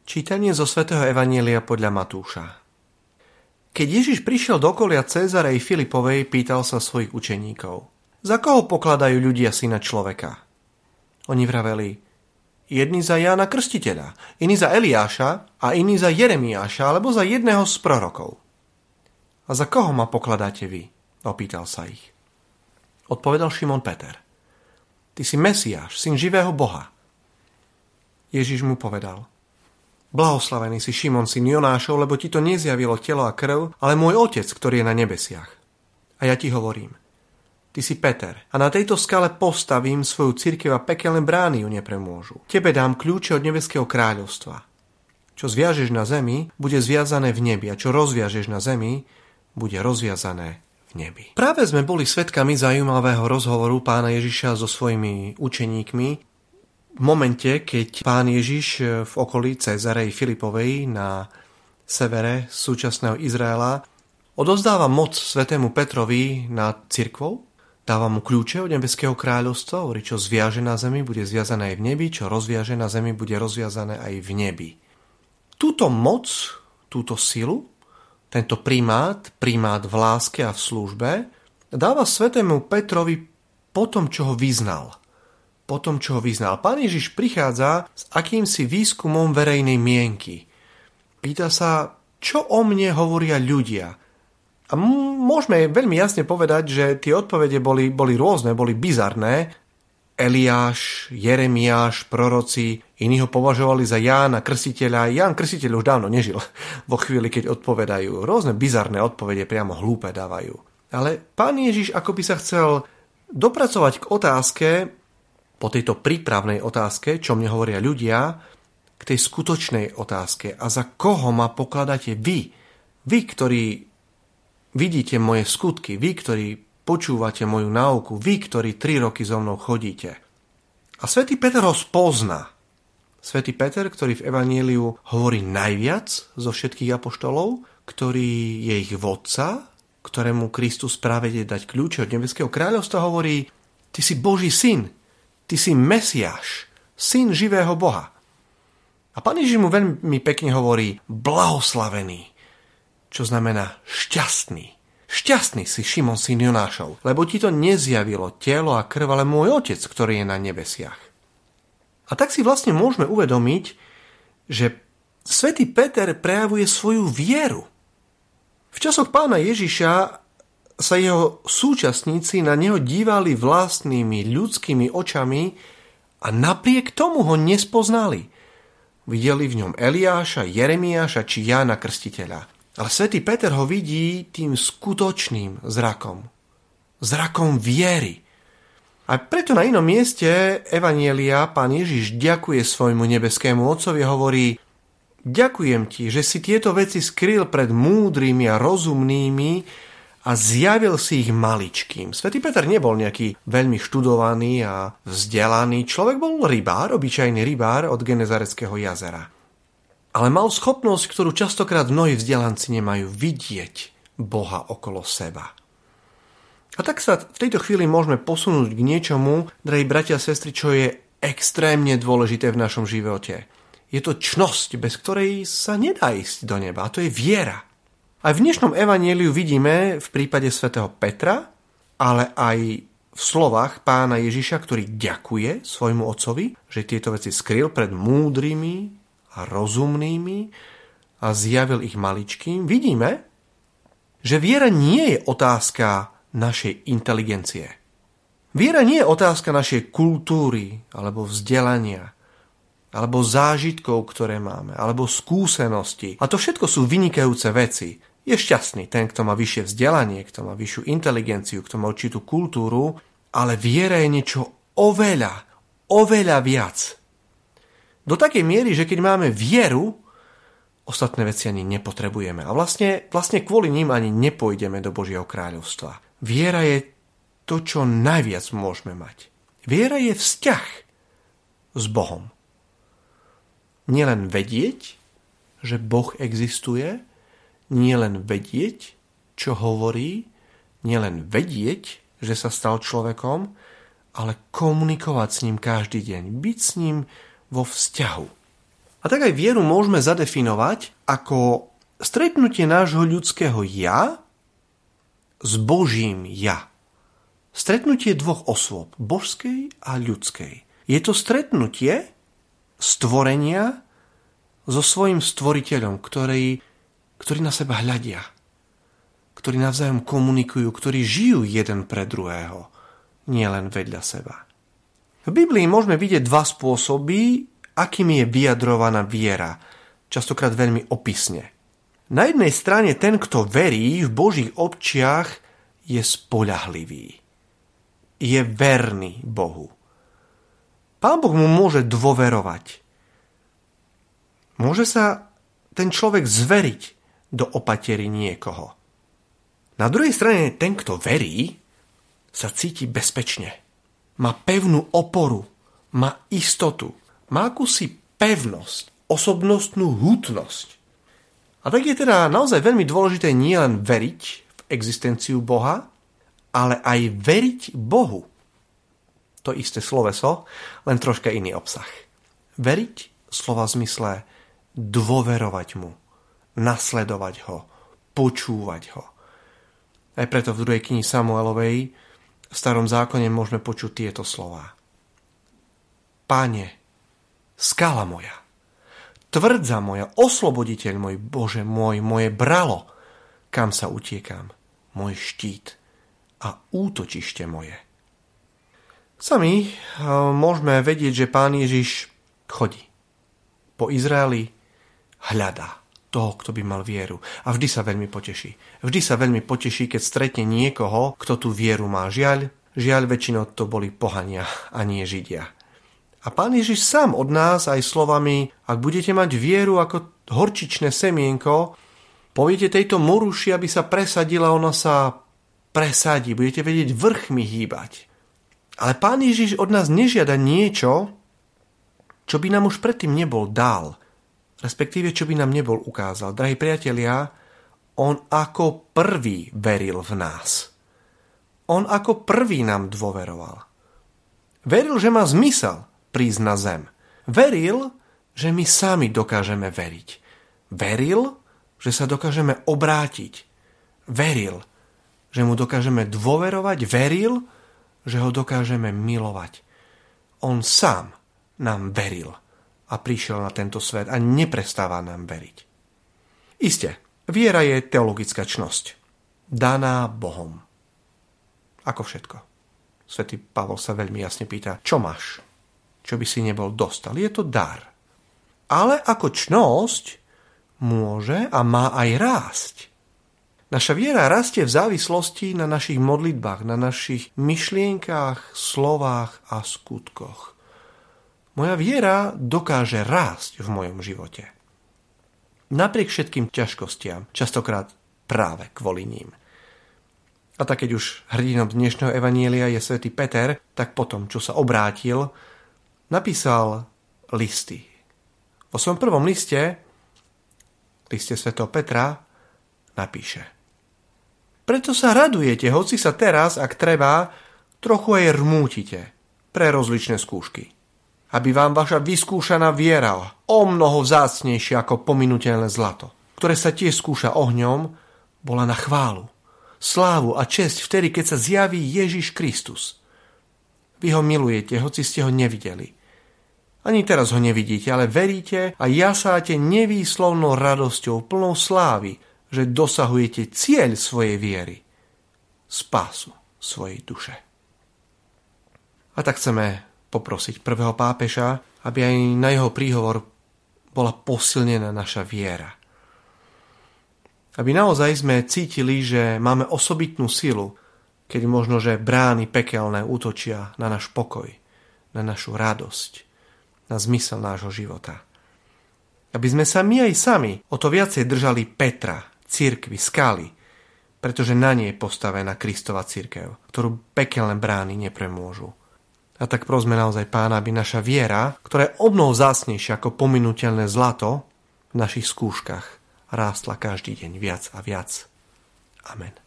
Čítanie zo svätého Evanjelia podľa Matúša. Keď Ježiš prišiel do okolia Cézarei Filipovej, pýtal sa svojich učeníkov: Za koho pokladajú ľudia syna človeka? Oni vraveli: jedni za Jána Krstiteľa, iní za Eliáša a iní za Jeremiáša alebo za jedného z prorokov. A za koho ma pokladáte vy? Opýtal sa ich. Odpovedal Šimon Peter: Ty si Mesiáš, syn živého Boha. Ježiš mu povedal: Blahoslavený si Šimon, syn Jonášov, lebo ti to nezjavilo telo a krv, ale môj Otec, ktorý je na nebesiach. A ja ti hovorím: Ty si Peter a na tejto skale postavím svoju cirkev a pekelné brány ju nepremôžu. Tebe dám kľúče od nebeského kráľovstva. Čo zviažeš na zemi, bude zviazané v nebi, a čo rozviažeš na zemi, bude rozviazané v nebi. Práve sme boli svedkami zaujímavého rozhovoru pána Ježiša so svojimi učeníkmi v momente, keď pán Ježiš v okolí Cézarei Filipovej na severe súčasného Izraela odovzdáva moc svätému Petrovi nad cirkvou, dáva mu kľúče od nebeského kráľovstva, hovorí, čo zviaže na zemi, bude zviazané aj v nebi, čo rozviaže na zemi, bude rozviazané aj v nebi. Túto moc, túto silu, tento primát v láske a v službe, dáva svätému Petrovi po tom, čo ho vyznal. Pán Ježiš prichádza s akýmsi výskumom verejnej mienky. Pýta sa, čo o mne hovoria ľudia. A môžeme veľmi jasne povedať, že tie odpovede boli rôzne, boli bizarné. Eliáš, Jeremiáš, proroci, iní ho považovali za Jána Krstiteľa. Ján Krstiteľ už dávno nežil vo chvíli, keď odpovedajú. Rôzne bizarné odpovede, priamo hlúpe dávajú. Ale pán Ježiš ako by sa chcel dopracovať k otázke, po tejto prípravnej otázke, čo mne hovoria ľudia, k tej skutočnej otázke. A za koho ma pokladáte vy? Vy, ktorí vidíte moje skutky, vy, ktorí počúvate moju náuku, vy, ktorí 3 roky so mnou chodíte. A svätý Peter ho spozná. Svätý Peter, ktorý v Evanjeliu hovorí najviac zo všetkých apoštolov, ktorý je ich vodca, ktorému Kristus práve ide dať kľúče od nebeského kráľovstva, hovorí: Ty si Boží syn. Ty si Mesiáš, syn živého Boha. A pán Ježiš mu veľmi pekne hovorí blahoslavený, čo znamená šťastný. Šťastný si, Šimon, syn Jonášov, lebo ti to nezjavilo telo a krv, ale môj Otec, ktorý je na nebesiach. A tak si vlastne môžeme uvedomiť, že svätý Peter prejavuje svoju vieru. V časoch pána Ježiša sa jeho súčasníci na neho dívali vlastnými ľudskými očami a napriek tomu ho nespoznali. Videli v ňom Eliáša, Jeremiáša či Jána Krstiteľa. Ale svätý Peter ho vidí tým skutočným zrakom. Zrakom viery. A preto na inom mieste Evanjelia pán Ježiš ďakuje svojmu nebeskému Otcovi a hovorí: Ďakujem ti, že si tieto veci skryl pred múdrymi a rozumnými a zjavil si ich maličkým. Svätý Peter nebol nejaký veľmi študovaný a vzdelaný človek, bol rybár, obyčajný rybár od Genezareckého jazera. Ale mal schopnosť, ktorú častokrát mnohí vzdelanci nemajú, vidieť Boha okolo seba. A tak sa v tejto chvíli môžeme posunúť k niečomu, drahí bratia a sestry, čo je extrémne dôležité v našom živote. Je to čnosť, bez ktorej sa nedá ísť do neba, a to je viera. Aj v dnešnom evanjeliu vidíme v prípade svätého Petra, ale aj v slovách pána Ježiša, ktorý ďakuje svojmu Otcovi, že tieto veci skryl pred múdrymi a rozumnými a zjavil ich maličkým, vidíme, že viera nie je otázka našej inteligencie. Viera nie je otázka našej kultúry alebo vzdelania, alebo zážitkov, ktoré máme, alebo skúsenosti. A to všetko sú vynikajúce veci. Je šťastný ten, kto má vyššie vzdelanie, kto má vyššiu inteligenciu, kto má určitú kultúru, ale viera je niečo oveľa viac. Do takej miery, že keď máme vieru, ostatné veci ani nepotrebujeme. A vlastne kvôli ním ani nepôjdeme do Božieho kráľovstva. Viera je to, čo najviac môžeme mať. Viera je vzťah s Bohom. Nielen vedieť, že Boh existuje, nielen vedieť, čo hovorí, nielen vedieť, že sa stal človekom, ale komunikovať s ním každý deň, byť s ním vo vzťahu. A tak aj vieru môžeme zadefinovať ako stretnutie nášho ľudského ja s Božím ja. Stretnutie dvoch osôb, božskej a ľudskej. Je to stretnutie stvorenia so svojím stvoriteľom, ktorí na seba hľadia, ktorí navzájom komunikujú, ktorí žijú jeden pre druhého, nie len vedľa seba. V Biblii môžeme vidieť dva spôsoby, akými je vyjadrovaná viera, častokrát veľmi opisne. Na jednej strane ten, kto verí v Božích očiach, je spoľahlivý. Je verný Bohu. Pán Boh mu môže dôverovať. Môže sa ten človek zveriť do opatery niekoho. Na druhej strane ten, kto verí, sa cíti bezpečne. Má pevnú oporu, má istotu, má akúsi pevnosť, osobnostnú hutnosť. A tak je teda naozaj veľmi dôležité nielen veriť v existenciu Boha, ale aj veriť Bohu. To isté sloveso, len troška iný obsah. Veriť, slova v zmysle dôverovať mu, nasledovať ho, počúvať ho. Aj preto v 2. knihe Samuelovej v Starom zákone môžeme počuť tieto slová. Pane, skala moja, tvrdza moja, osloboditeľ môj, Bože môj, moje bralo, kam sa utiekam, môj štít a útočište moje. Sami môžeme vedieť, že Pán Ježiš chodí po Izraeli, hľadá toho, kto by mal vieru. A vždy sa veľmi poteší. Vždy sa veľmi poteší, keď stretne niekoho, kto tú vieru má. Žiaľ, väčšinou to boli pohania a nie Židia. A Pán Ježiš sám od nás aj slovami, ak budete mať vieru ako horčičné semienko, poviete tejto moruši, aby sa presadila, ona sa presadí. Budete vedieť vrchmi hýbať. Ale Pán Ježiš od nás nežiada niečo, čo by nám už predtým nebol dal. Respektíve, čo by nám nebol ukázal. Drahí priatelia, on ako prvý veril v nás. On ako prvý nám dôveroval. Veril, že má zmysel prísť na zem. Veril, že my sami dokážeme veriť. Veril, že sa dokážeme obrátiť. Veril, že mu dokážeme dôverovať. Veril, že ho dokážeme milovať. On sám nám veril a prišiel na tento svet a neprestáva nám veriť. Isté, viera je teologická čnosť, daná Bohom. Ako všetko. Svätý Pavol sa veľmi jasne pýta, čo máš, čo by si nebol dostal. Je to dar. Ale ako čnosť môže a má aj rásť. Naša viera rastie v závislosti na našich modlitbách, na našich myšlienkách, slovách a skutkoch. Moja viera dokáže rásť v mojom živote. Napriek všetkým ťažkostiam, častokrát práve kvôli ním. A tak keď už hrdinom dnešného evanjelia je svätý Peter, tak potom, čo sa obrátil, napísal listy. Vo svojom prvom liste svätého Petra, napíše: Preto sa radujete, hoci sa teraz, ak treba, trochu aj rmútite pre rozličné skúšky. Aby vám vaša vyskúšaná viera, o mnoho vzácnejšia ako pominuteľné zlato, ktoré sa tiež skúša ohňom, bola na chválu, slávu a česť vtedy, keď sa zjaví Ježiš Kristus. Vy ho milujete, hoci ste ho nevideli. Ani teraz ho nevidíte, ale veríte a jasáte nevýslovnou radosťou, plnou slávy, že dosahujete cieľ svojej viery, spásu svojej duše. A tak chceme poprosiť prvého pápeža, aby aj na jeho príhovor bola posilnená naša viera. Aby naozaj sme cítili, že máme osobitnú silu, keď možno, že brány pekelné útočia na náš pokoj, na našu radosť, na zmysel nášho života. Aby sme sa my aj sami o to viacej držali Petra, cirkvi, skaly, pretože na nej je postavená Kristova cirkev, ktorú pekelné brány nepremôžu. A tak prosme naozaj Pána, aby naša viera, ktorá je obnovu vzácnejšia ako pominuteľné zlato, v našich skúškach rástla každý deň viac a viac. Amen.